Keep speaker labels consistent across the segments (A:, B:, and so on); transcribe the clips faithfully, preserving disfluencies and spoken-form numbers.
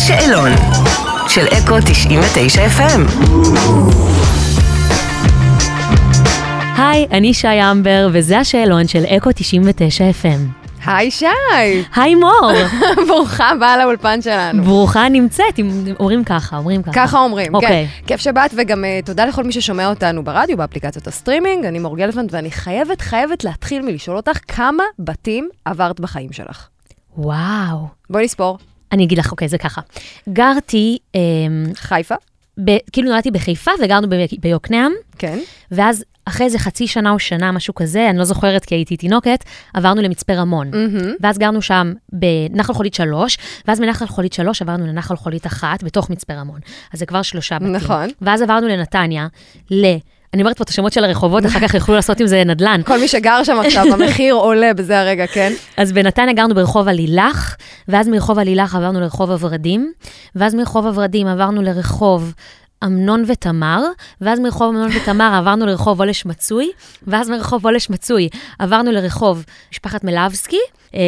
A: השאלון של אקו תשעים ותשע אף אם.
B: היי, אני שי אמבר, וזה השאלון של אקו תשעים ותשע אף אם.
C: היי שי.
B: היי מור.
C: ברוכה באה לאולפן שלנו.
B: ברוכה נמצאת, אומרים ככה, אומרים ככה.
C: ככה אומרים,
B: אוקיי.
C: כן. כיף שבאת, וגם uh, תודה לכל מי ששומע אותנו ברדיו, באפליקציות הסטרימינג. אני מור גלפנד, ואני חייבת, חייבת להתחיל מלשאול אותך כמה בתים עברת בחיים שלך.
B: וואו.
C: בואי נספור.
B: אני אגיד לך, אוקיי, זה ככה. גרתי... אה,
C: חיפה?
B: ב, כאילו נולדתי בחיפה, וגרנו ב, ביוקנעם.
C: כן.
B: ואז אחרי איזה חצי שנה או שנה, משהו כזה, אני לא זוכרת כי הייתי תינוקת, עברנו למצפה רמון. Mm-hmm. ואז גרנו שם בנחל חולית שלוש, ואז מנחל חולית שלוש עברנו לנחל חולית אחת, בתוך מצפה רמון. אז זה כבר שלושה בתים.
C: נכון.
B: ואז עברנו לנתניה, ל... אני אומרת פה את השמות של הרחובות, אחר כך יוכלו לעשות עם זה נדלן.
C: כל מי שגר שם עכשיו, המחיר עולה בזה הרגע, כן?
B: אז בנתניה גרנו ברחוב הלילך, ואז מרחוב הלילך עברנו לרחוב הוורדים, ואז מרחוב הוורדים עברנו לרחוב אמנון ותמר, ואז מרחוב אמנון ותמר עברנו לרחוב הולש מצוי, ואז מרחוב הולש מצוי עברנו לרחוב משפחת מלאבסקי,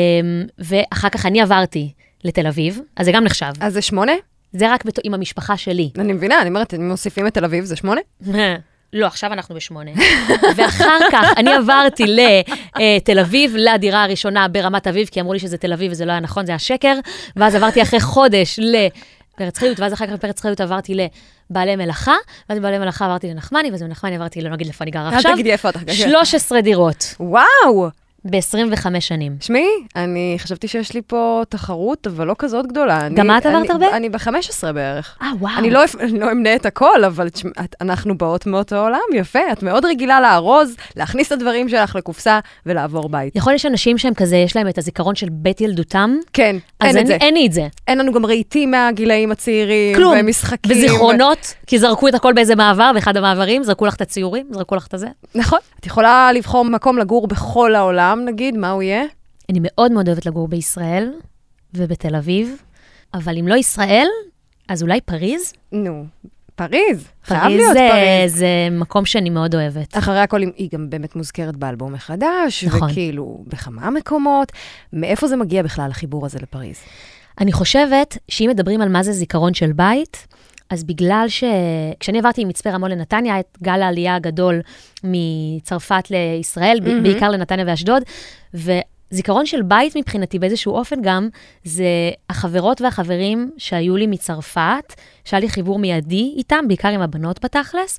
B: ואחר כך אני עברתי לתל אביב, אז זה גם נחשב.
C: אז זה שמונה?
B: זה רק עם המשפחה שלי.
C: אני מבינה, אני אומרת, אם מוסיפים את תל אביב, זה שמונה?
B: לא, עכשיו אנחנו בשמונה. ואחר כך אני עברתי לתל אביב, לדירה הראשונה ברמת אביב, כי אמרו לי שזה תל אביב וזה לא היה נכון, זה היה שקר, ואז עברתי אחרי חודש לפרץ חיות, ואז אחר כך בפרץ חיות עברתי לבעלי מלאכה, ואז מבעלי מלאכה עברתי לנחמני, ואז מנחמני עברתי, לא נגיד איפה אני גרה עכשיו.
C: אל תגידי איפה אתה.
B: שלוש עשרה דירות.
C: וואו!
B: ב-עשרים וחמש שנים.
C: שמי, אני חשבתי שיש לי פה תחרות, אבל לא כזאת גדולה.
B: גם את עברת הרבה?
C: אני ב-חמש עשרה בערך.
B: אה, וואו.
C: אני לא, לא אמנה את הכל, אבל אנחנו באות מאותו עולם, יפה. את מאוד רגילה לארוז, להכניס את הדברים שלך לקופסה ולעבור בית.
B: יכול להיות שאנשים שהם כזה, יש להם את הזיכרון של בית ילדותם.
C: כן, אין את זה.
B: אז אין לי את זה.
C: אין לנו גם רהיטים מהגילאים הצעירים.
B: כלום.
C: ומשחקים.
B: וזיכרונות, כי זרקו את הכל באיזה מעבר, באחד המעברים, זרקו לך את הציורים, זרקו לך את הזה.
C: נכון. את יכולה לבחור מקום לגור בכל העולם, נגיד, מה הוא יהיה?
B: אני מאוד מאוד אוהבת לגור בישראל ובתל אביב, אבל אם לא ישראל, אז אולי פריז?
C: נו, פריז. חייב להיות
B: זה,
C: פריז.
B: זה מקום שאני מאוד אוהבת.
C: אחרי הכל, היא גם באמת מוזכרת באלבום מחדש,
B: נכון.
C: וכאילו בכמה מקומות. מאיפה זה מגיע בכלל, החיבור הזה לפריז?
B: אני חושבת שאם מדברים על מה זה זיכרון של בית, אז בגלל שכשאני עברתי מצפה רמון לנתניה, את גל העלייה הגדול מצרפת לישראל, mm-hmm. בעיקר לנתניה ואשדוד, וזיכרון של בית מבחינתי באיזשהו אופן גם, זה החברות והחברים שהיו לי מצרפת, שהיה לי חיבור מיידי איתם, בעיקר עם הבנות בתכלס,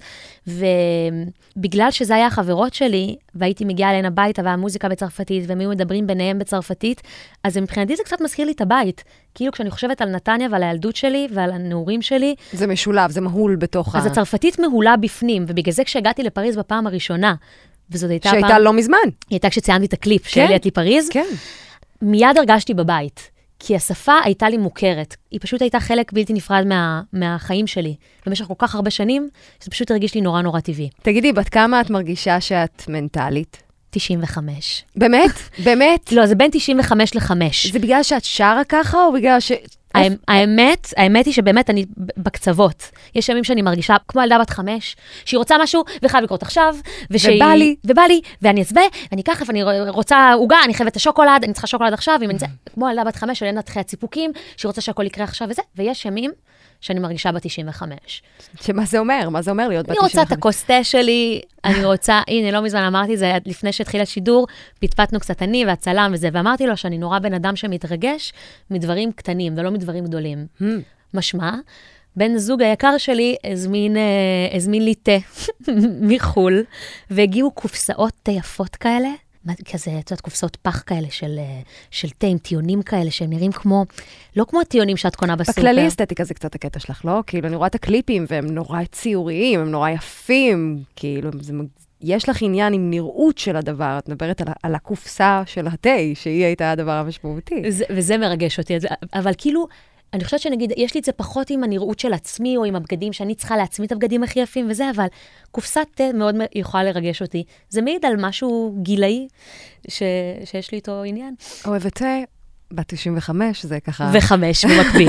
B: ובגלל שזה היה החברות שלי, והייתי מגיעה אליהן הביתה, והמוזיקה בצרפתית, והם היו מדברים ביניהם בצרפתית, אז מבחינתי זה קצת מזכיר לי את הבית. כאילו כשאני חושבת על נתניה ועל הילדות שלי, ועל הנעורים שלי.
C: זה משולב, זה מהול בתוך
B: אז
C: ה...
B: הצרפתית מהולה בפנים, ובגלל זה כשהגעתי לפריז בפעם הראשונה, וזאת הייתה
C: שהייתה
B: פעם...
C: לא מזמן.
B: היא הייתה כשציינתי את הקליפ,
C: כן.
B: שהעליתי לפריז.
C: כן.
B: מיד הרגשתי בבית. כי השפה הייתה לי מוכרת. היא פשוט הייתה חלק בלתי נפרד מה, מהחיים שלי. במשך כל כך הרבה שנים, שזה פשוט הרגיש לי נורא נורא טבעי.
C: תגידי, בת כמה את מרגישה שאת מנטלית?
B: תשעים וחמש.
C: באמת? באמת?
B: לא, זה בין תשעים וחמש לחמש.
C: זה בגלל שאת שרה ככה, או בגלל ש...
B: האמת, האמת היא שבאמת אני בקצוות. יש ימים שאני מרגישה כמו ילדה בת חמש, שהיא רוצה משהו וחייב לקרות עכשיו,
C: ובא לי.
B: ובא לי, ואני אצבע, ואני ככה, ואני רוצה עוגה, אני חייבת את השוקולד, אני צריכה שוקולד עכשיו, כמו ילדה בת חמש, שעולה נתחי הציפוקים, שהיא רוצה שהכל יקרה עכשיו וזה, ויש ימים שאני מרגישה בת תשעים וחמש.
C: שמה זה אומר? מה זה אומר להיות בת
B: אני
C: תשעים וחמש?
B: רוצה את הקוסטה שלי, אני רוצה, הנה, לא מזמן אמרתי זה, לפני שהתחיל השידור, פטפטנו קצת אני והצלם וזה, ואמרתי לו שאני נורא בן אדם שמתרגש מדברים קטנים, ולא מדברים גדולים. משמע, בן זוג היקר שלי הזמין, הזמין לי תה מחול, והגיעו קופסאות יפות כאלה, כזה, את יודעת, קופסאות פח כאלה של, של תה עם טיונים כאלה, שהם נראים כמו, לא כמו הטיונים שאת קונה בסופר.
C: בכללי אסתטיקה זה קצת הקטע שלך, לא? כאילו, אני רואה את הקליפים, והם נורא ציוריים, הם נורא יפים, כאילו, זה, יש לך עניין עם נראות של הדבר, את מדברת על, על הקופסה של התה, שהיא הייתה הדבר המשמעותי.
B: זה, וזה מרגש אותי, אבל כאילו, אני חושבת שנגיד, יש לי את זה פחות עם הנראות של עצמי, או עם הבגדים, שאני צריכה לעצמי את הבגדים הכי יפים וזה, אבל קופסת תה מאוד יכולה לרגש אותי. זה מעיד על משהו גילאי, ש... שיש לי איתו עניין.
C: אוהבת תה, בת תשעים וחמש, זה ככה...
B: וחמש, במקביל.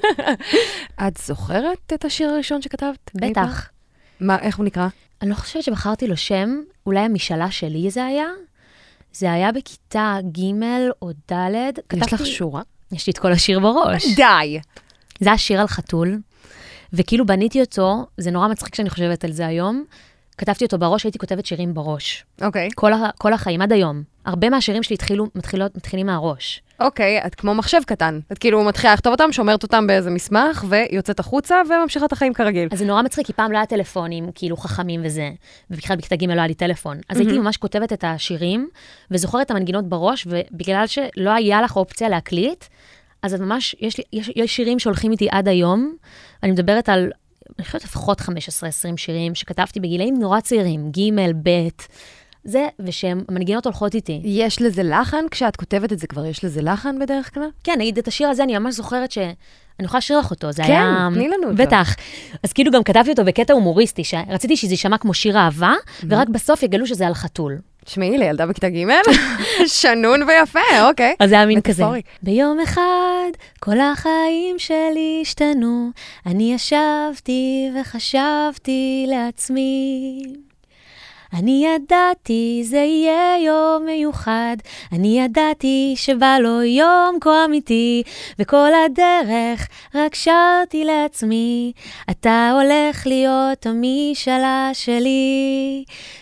C: את זוכרת את השיר הראשון שכתבת?
B: בטח.
C: מה, איך הוא נקרא?
B: אני לא חושבת שבחרתי לו שם, אולי המשאלה שלי זה היה. זה היה בכיתה ג' או ד'.
C: יש לך שורה?
B: יש לי את כל השיר בראש.
C: די.
B: זה היה שיר על חתול, וכאילו בניתי אותו, זה נורא מצחיק שאני חושבת על זה היום, כתבתי אותו בראש, הייתי כותבת שירים בראש.
C: אוקיי.
B: כל, ה, כל החיים, עד היום. הרבה מהשירים שלי התחילו, מתחילות, מתחילים מהראש.
C: אוקיי, את כמו מחשב קטן. את כאילו מתחילה לכתוב אותם, שומרת אותם באיזה מסמך, ויוצאת החוצה, וממשיכה את החיים כרגיל.
B: אז זה נורא מצחיק, כי פעם לא היה טלפונים, כאילו חכמים וזה, ובכלל בכיתה ג' לא היה לי טלפון. אז mm-hmm. הייתי ממש כותבת את השירים, וזוכרת את המנגינות בראש, ובגלל שלא היה לך אופציה להקליט, אז את ממש, יש, לי, יש, יש שירים שהולכים איתי עד היום, אני מדברת על, אני חושבת לפחות חמש עשרה עשרים שירים, שכתבתי בגילאים נורא צעירים, ג', ב', זה, ושהמנגינות הולכות איתי.
C: יש לזה לחן? כשאת כותבת את זה כבר, יש לזה לחן בדרך כלל?
B: כן, נגיד את השיר הזה, אני ממש זוכרת ש... אני יכולה לשיר לך אותו, זה
C: כן,
B: היה...
C: כן, תני לנו אותו.
B: בטח. אז כאילו גם כתבתי אותו בקטע הומוריסטי, שרציתי שזה יישמע כמו שיר אהבה, ורק בסוף יגלו שזה על חתול.
C: תשמעי לי, ילדה בכיתה ג' שנון ויפה, אוקיי.
B: אז זה היה מין כזה.
C: מטאפורי.
B: ביום אחד, כל החיים שלי השתנו, אני ישבתי וחשבתי לעצמי. אני ידעתי זה יהיה יום מיוחד, אני ידעתי שבא לו יום כה אמיתי, וכל הדרך רק שרתי לעצמי, אתה הולך להיות המשאלה שלי.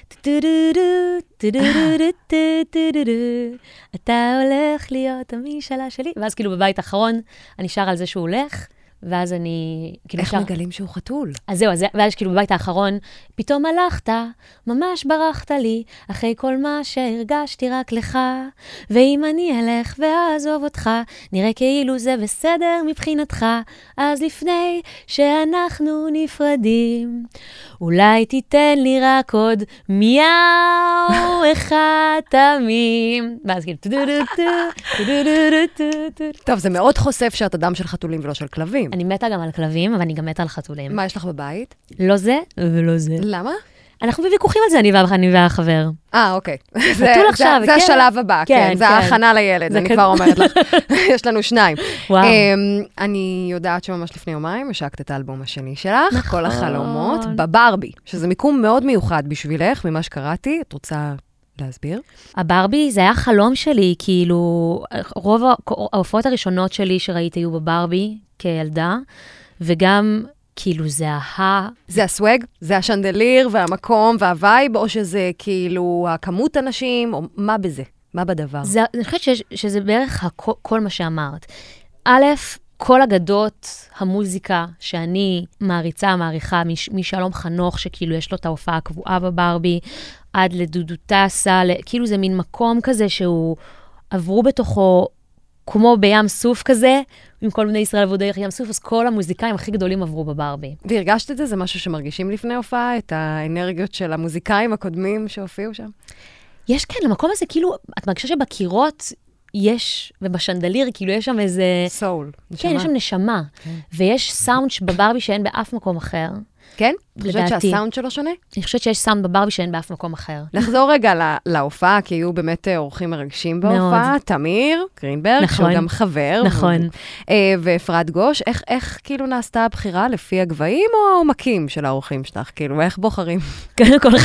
B: אתה הולך להיות המשאלה שלי. ואז כאילו בבית האחרון אני שר על זה שהוא הולך, ואז אני...
C: איך מגלים שהוא חתול?
B: אז זהו, ואז כאילו בבית האחרון, פתאום הלכת, ממש ברחת לי, אחרי כל מה שהרגשתי רק לך, ואם אני אלך ואעזוב אותך, נראה כאילו זה בסדר מבחינתך, אז לפני שאנחנו נפרדים, אולי תיתן לי רק עוד מיהו אחד תמים. ואז כאילו...
C: טוב, זה מאוד חושף שאת אדם של חתולים ולא של כלבים.
B: אני מתה גם על כלבים, אבל אני גם מתה על חתולים.
C: מה יש לך בבית?
B: לא זה ולא זה.
C: למה?
B: אנחנו בוויכוחים על זה, אני והחבר.
C: אה, אוקיי.
B: חתול עכשיו,
C: זה השלב הבא, כן. זה ההכנה לילד, אני כבר אומרת לך. יש לנו שניים.
B: וואו.
C: אני יודעת שממש לפני יומיים השקת את האלבום השני שלך, כל החלומות, בברבי, שזה מיקום מאוד מיוחד בשבילך, ממה שקראתי. את רוצה להסביר?
B: הברבי, זה היה חלום שלי, כאילו, רוב ההופעות הראשונות שלי שראיתי היו בברבי, כילדה, וגם... כאילו זה ה...
C: זה הסווג? זה השנדליר והמקום והווייב, או שזה כאילו הכמות אנשים, או מה בזה? מה בדבר?
B: זה, אני חושבת שיש, שזה בערך הכל, כל מה שאמרת. א', כל אגדות המוזיקה שאני מעריצה, מעריכה, מש, משלום חנוך, שכאילו יש לו את ההופעה הקבועה בברבי, עד לדודו טסה, כאילו זה מין מקום כזה שהוא עברו בתוכו, כמו בים סוף כזה, עם כל בני ישראל עברו דרך ים סוף, אז כל המוזיקאים הכי גדולים עברו בברבי.
C: והרגשת את זה? זה משהו שמרגישים לפני הופעה? את האנרגיות של המוזיקאים הקודמים שהופיעו שם?
B: יש כן, למקום הזה כאילו, את מרגישה שבקירות יש, ובשנדליר כאילו יש שם איזה...
C: סול,
B: נשמה. כן, יש שם נשמה. כן. ויש סאונד בברבי שאין באף מקום אחר.
C: כן? את חושבת שהסאונד שלו שונה?
B: אני חושבת שיש סאונד בברבי שאין באף מקום אחר.
C: לחזור רגע לה, להופעה, כי היו באמת אורחים מרגשים בהופעה. תמיר גרינברג, נכון. שהוא גם חבר.
B: נכון.
C: ו... אה, ואפרת גוש. איך, איך כאילו נעשתה הבחירה לפי הגבהים או העומקים של האורחים שלך? כאילו, איך בוחרים?
B: קודם כל,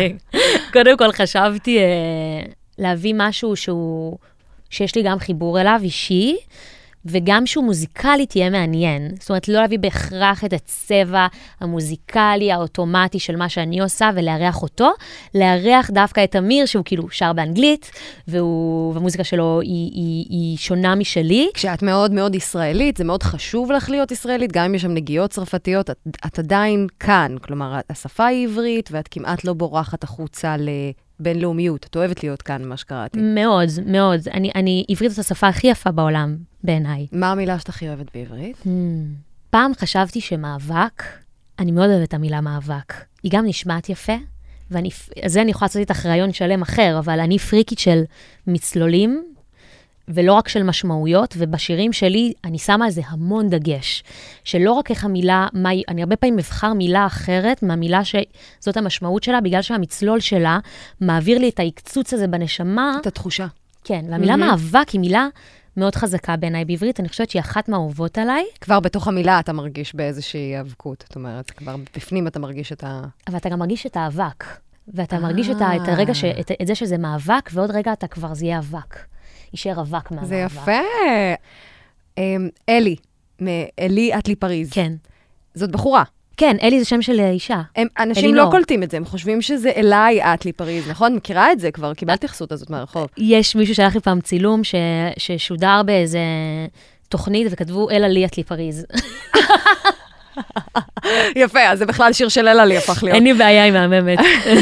B: קודם כל חשבתי אה, להביא משהו שהוא, שיש לי גם חיבור אליו אישי, וגם שהוא מוזיקלית יהיה מעניין. זאת אומרת, לא להביא בהכרח את הצבע המוזיקלי, האוטומטי של מה שאני עושה, ולארח אותו, לארח דווקא את אמיר, שהוא כאילו שר באנגלית, והוא, והמוזיקה שלו היא, היא, היא שונה משלי.
C: כשאת מאוד מאוד ישראלית, זה מאוד חשוב לך להיות ישראלית, גם אם יש שם נגיעות צרפתיות, את, את עדיין כאן. כלומר, השפה היא עברית, ואת כמעט לא בורחת החוצה ל... בינלאומיות, את אוהבת להיות כאן, מה שקראתי.
B: מאוד, מאוד. אני, אני עברית את השפה הכי יפה בעולם, בעיניי.
C: מה המילה שאתה הכי אוהבת בעברית? Hmm.
B: פעם חשבתי שמאבק, אני מאוד אוהבת את המילה מאבק. היא גם נשמעת יפה, ואני, זה אני יכולה לעשות איתך רעיון שלם אחר, אבל אני פריקית של מצלולים, ולא רק של משמעויות, ובשירים שלי אני שמה על זה המון דגש, שלא רק איך המילה, מה, אני הרבה פעמים מבחר מילה אחרת, מהמילה שזאת המשמעות שלה, בגלל שהמצלול שלה מעביר לי את ההקצוץ הזה בנשמה.
C: את התחושה.
B: כן, והמילה mm-hmm. מאבק היא מילה מאוד חזקה בעיניי בעברית, אני חושבת שהיא אחת מהאהובות עליי.
C: כבר בתוך המילה אתה מרגיש באיזושהי האבקות, זאת אומרת, כבר בפנים אתה מרגיש את ה...
B: אבל אתה גם מרגיש את האבק, ואתה מרגיש את, ה, את הרגע, ש, את, את זה שזה מאבק, ועוד רגע אתה כבר זה יהיה אבק. יישאר אבק מהמאבק.
C: זה יפה. אלי, מאלי אטלי פריז.
B: כן.
C: זאת בחורה.
B: כן, אלי זה שם של אישה.
C: הם, אנשים לא קולטים את זה, הם חושבים שזה אליי אטלי פריז, נכון? מכירה את זה כבר, קיבלתי התייחסות הזאת מהרחוב.
B: יש מישהו שלח לי פעם צילום ש... ששודר באיזה תוכנית, וכתבו אלה לי אטלי פריז.
C: יפה, אז זה בכלל שיר של אלה לי הפך להיות.
B: אין לי בעיה עם המאמת.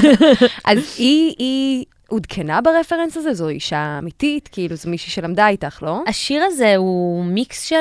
C: אז היא, היא עודכנה ברפרנס הזה? זו אישה אמיתית, כאילו זו מישהי שלמדה איתך, לא?
B: השיר הזה הוא מיקס של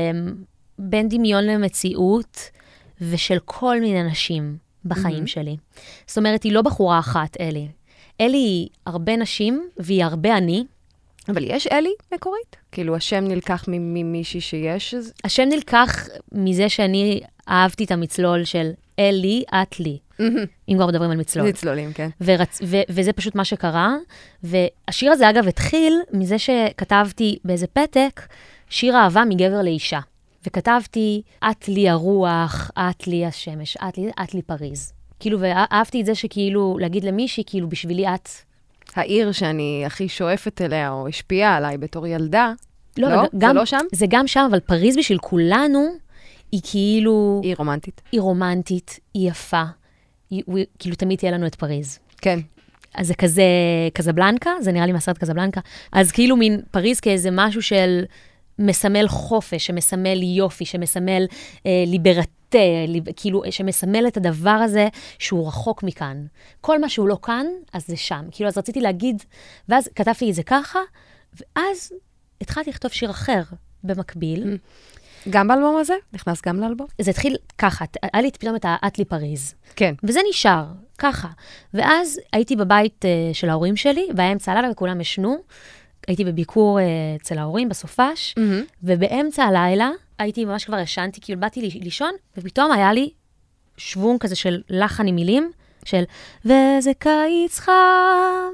B: בין דמיון למציאות, ושל כל מיני נשים בחיים שלי. זאת אומרת, היא לא בחורה אחת, אלי. אלי היא הרבה נשים, והיא הרבה אני.
C: אבל יש אלי מקורית? כאילו, השם נלקח ממישהי שיש?
B: השם נלקח מזה שאני אהבתי את המצלול של אלי, את לי. אם כבר מדברים על מצלול.
C: מצלולים, כן.
B: ורצ... ו... וזה פשוט מה שקרה. והשיר הזה, אגב, התחיל מזה שכתבתי באיזה פתק, שיר אהבה מגבר לאישה. וכתבתי, את לי הרוח, את לי השמש, את לי, את לי פריז. כאילו, ואהבתי את זה שכאילו, להגיד למישהי, כאילו, בשבילי את...
C: העיר שאני הכי שואפת אליה, או השפיעה עליי בתור ילדה,
B: לא?
C: לא?
B: גם,
C: זה לא שם?
B: זה גם שם, אבל פריז בשביל כולנו, היא כאילו...
C: היא רומנטית.
B: היא רומנטית, היא יפה. היא, היא, כאילו, תמיד תהיה לנו את פריז.
C: כן.
B: אז זה כזה, קזבלנקה, זה נראה לי מהסרט קזבלנקה. אז כאילו, מין פריז כאיזה משהו של... מסמל חופש, שמסמל יופי, שמסמל אה, ליברטה, ליב, כאילו, שמסמל את הדבר הזה שהוא רחוק מכאן. כל מה שהוא לא כאן, אז זה שם. כאילו, אז רציתי להגיד, ואז כתבתי את זה ככה, ואז התחלתי לכתוב שיר אחר במקביל.
C: גם באלבום הזה? נכנס גם לאלבום?
B: זה התחיל ככה, היה לי פתאום את האט לי פריז.
C: כן.
B: וזה נשאר, ככה. ואז הייתי בבית אה, של ההורים שלי, באמצע הלילה וכולם ישנו, הייתי בביקור uh, אצל ההורים בסופש, mm-hmm. ובאמצע הלילה הייתי ממש כבר ישנתי, כאילו באתי לישון, ופתאום היה לי שוון כזה של לחן עם מילים, של וזה קיץ חם,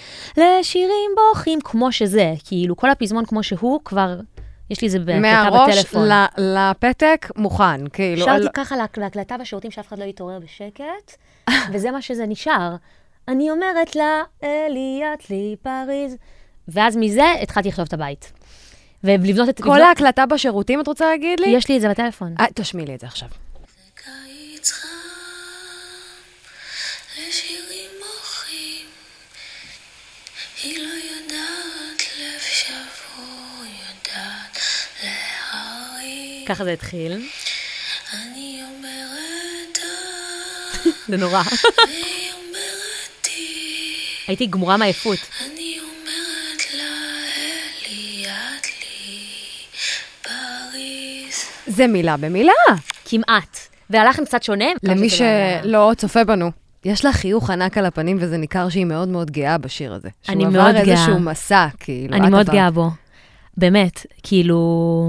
B: לשירים בוכים, כמו שזה, כאילו כל הפזמון כמו שהוא, כבר יש לי זה בהקלטה בטלפון.
C: מהראש לפתק מוכן, כאילו.
B: שרתי על... ככה להקלטה בשירותים שאף אחד לא יתעורר בשקט, וזה מה שזה נשאר. אני אומרת לה, אלי, את לי פריז, ואז מזה התחלתי לכתוב את הבית. ולבנות את...
C: כל ההקלטה בשירותים, את רוצה להגיד לי?
B: יש לי את זה בטלפון.
C: תשמיעי לי את זה עכשיו.
D: קיץ חם, לשירים מוחים, היא לא יודעת לב שבור, יודעת להרים.
B: ככה זה התחיל.
D: אני אומרת
B: זה נורא.
D: והיא אומרת לי,
B: הייתי גמורה מעייפות.
D: אני אומרת לה, אלי, את לי פריז.
C: זה מילה במילה.
B: כמעט. והלחם קצת שונה.
C: למי שלא צופה בנו. יש לה חיוך ענק על הפנים, וזה ניכר שהיא מאוד מאוד גאה בשיר הזה.
B: אני מאוד
C: גאה. שהוא עבר
B: גאה.
C: איזשהו מסע, כאילו.
B: אני מאוד גאה בו. באמת, כאילו...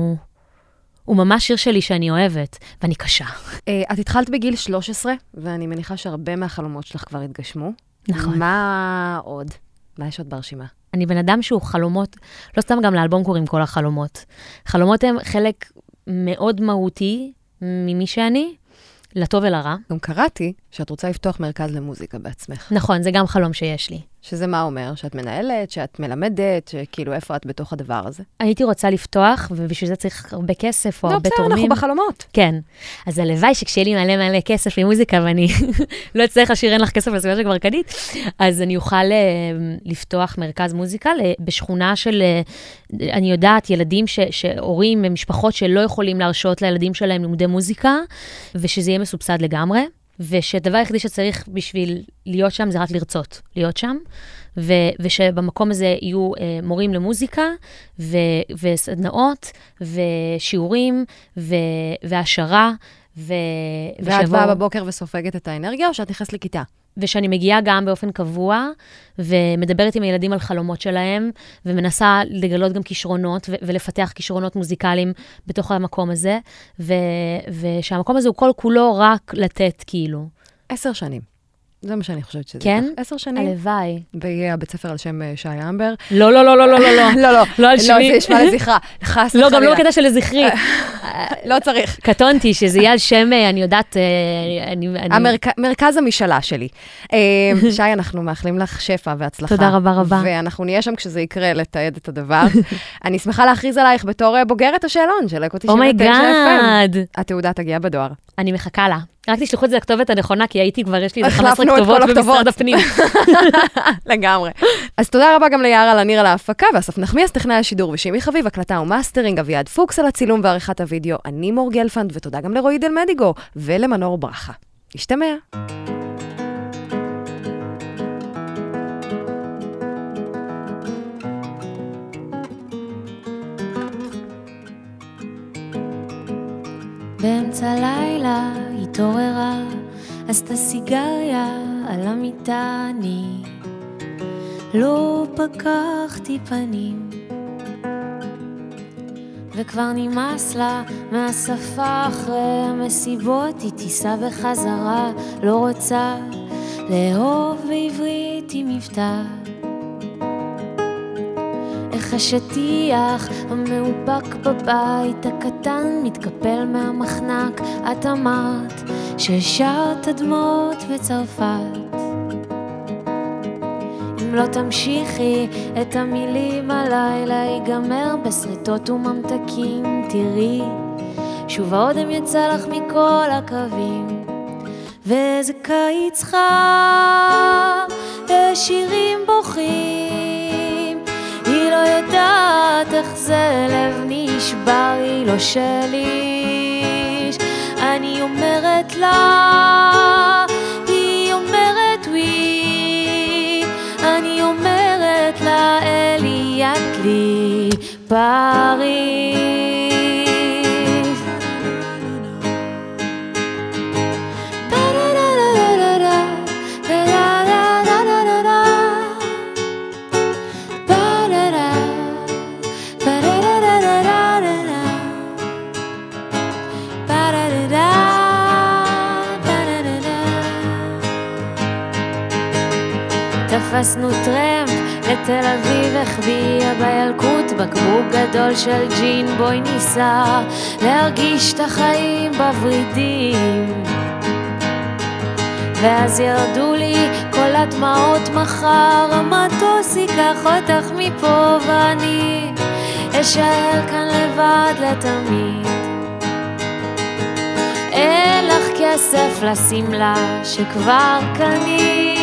B: הוא ממש שיר שלי שאני אוהבת, ואני קשה.
C: את התחלת בגיל שלוש עשרה, ואני מניחה שהרבה מהחלומות שלך כבר התגשמו.
B: נכון.
C: מה עוד? מה יש עוד ברשימה?
B: אני בן אדם שהוא חלומות, לא סתם גם לאלבום קוראים כל החלומות. חלומות הם חלק מאוד מהותי ממי שאני, לטוב ולרע.
C: גם קראתי שאת רוצה לפתוח מרכז למוזיקה בעצמך.
B: נכון, זה גם חלום שיש לי.
C: שזה מה אומר? שאת מנהלת, שאת מלמדת, שכאילו איפה את בתוך הדבר הזה?
B: הייתי רוצה לפתוח, ובשביל זה צריך הרבה כסף או
C: לא,
B: הרבה
C: בסדר,
B: תורמים.
C: אנחנו בחלומות.
B: כן. אז הלוואי שכשיהיה לי מלא מלא כסף למוזיקה, ואני לא אצטרך לשיר אין לך כסף לסביבה שכבר קנית, אז אני אוכל uh, לפתוח מרכז מוזיקה בשכונה של, uh, אני יודעת, ילדים ש, שהורים ומשפחות שלא יכולים להרשות לילדים שלהם לימודי מוזיקה, ושזה יהיה מסובסד לגמרי. ושהדבר היחידי שצריך בשביל להיות שם זה רק לרצות, להיות שם, ו- ושבמקום הזה יהיו uh, מורים למוזיקה, ו- וסדנאות, ושיעורים, ו- והשערה, ו-
C: ואת
B: ושבוא...
C: באה בבוקר וסופגת את האנרגיה, או שאת נכנסת לכיתה?
B: ושאני מגיעה גם באופן קבוע, ומדברת עם הילדים על חלומות שלהם, ומנסה לגלות גם כישרונות, ו- ולפתח כישרונות מוזיקליים בתוך המקום הזה, ו- ושהמקום הזה הוא כל כולו רק לתת, כאילו.
C: עשר שנים. זה מה שאני חושבת שזה.
B: כן?
C: עשר שנים.
B: הלוואי.
C: ויהיה הבית ספר על שם אה, שי אמבר.
B: לא, לא, לא, לא, לא, לא.
C: לא, לא.
B: לא על
C: לא,
B: שמי.
C: זה ישמע לזכרה. חס
B: לא, גם לא
C: וחלילה.
B: בקטע של זכרי.
C: לא צריך.
B: קטונתי, שזה יהיה על שם, אני יודעת, אה, אני... אני-
C: המרכ- מרכז המשאלה שלי. אה, שי, אנחנו מאחלים לך שפע והצלחה.
B: תודה רבה רבה.
C: ואנחנו נהיה שם כשזה יקרה, לתעד את הדבר. אני שמחה להכריז עלייך בתור אה, בוגרת השאלון של אקו תשעים ותשע אף אם.
B: אומייגאד.
C: התעודה תגיע בדואר.
B: אני מחכה לה. רק תשלחו את זה לכתובת הנכונה, כי הייתי כבר, יש לי איזה חמש עשרה
C: החלפנו את כל
B: כתובות
C: הכתובות.
B: במשרד הפנים.
C: לגמרי. אז תודה רבה גם ליערה לניר על ההפקה, ואסף נחמיאס טכנאי השידור, ושימי חביב, הקלטה ומאסטרינג, אביעד פוקס על הצילום ועריכת הוידאו, אני מור גלפנד, ותודה גם לרועי דל מדיגו, ולמנור ברכה. השתמע.
E: באמצע לילה התעוררה, עשתה סיגריה על המיטה, אני לא פקחתי פנים, וכבר נמאס לה מהשפה אחרי המסיבות, היא תיסע בחזרה, לא רוצה לאהוב בעברית עם מבטא. איך השטיח המאופק בבית הקטן מתקפל מהמחנק, את אמרת ששרת אדמות בצרפת. אם לא תמשיכי את המילים, הלילה ייגמר בסריטות וממתקים, תראי שוב האודם יצא לך מכל הקווים, וזה קיץ חם ושירים בוכים, היא לא יודעת איך זה לב נשבר, היא לא שלי, אני אומרת לה, היא אומרת ווי, אני אומרת לה אלי את לי פריז. תפסנו טרמפ לתל אביב, החביאה בילקוט בקבוק גדול של ג'ין, בואי ניסע להרגיש את החיים בוורידים. ואז ירדו לי כל הדמעות, מחר המטוס ייקח אותך מפה ואני אשאר כאן לבד לתמיד. אין לך כסף לשים לה שכבר קנית,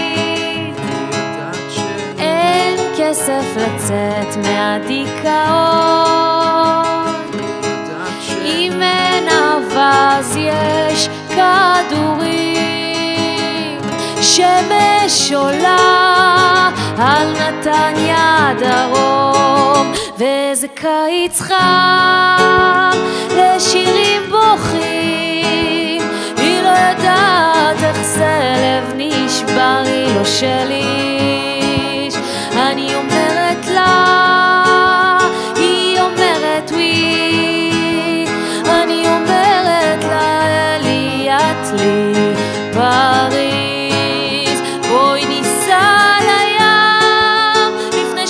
E: כסף לצאת מהדיכאון, אם אין אהבה אז יש כדורים, שמש עולה על נתניה דרום, וזה קיץ חם לשירים בוכים, היא לא יודעת איך זה לב נשבר, היא לא שלי, אני אומרת לה, היא אומרת ווי, אני אומרת לה אלי את לי פריז, בואי ניסע לים לפני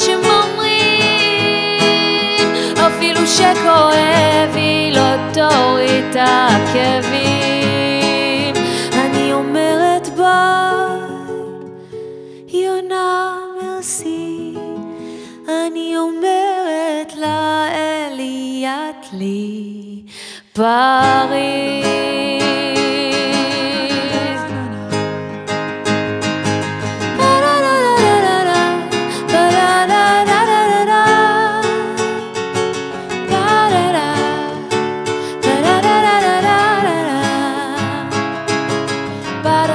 E: שמומרים, אפילו שכואב היא לא תוריד את הכאבים, אני אומרת ביי יונה מרסי, אני אומרת לה אלי את לי פריז. Ba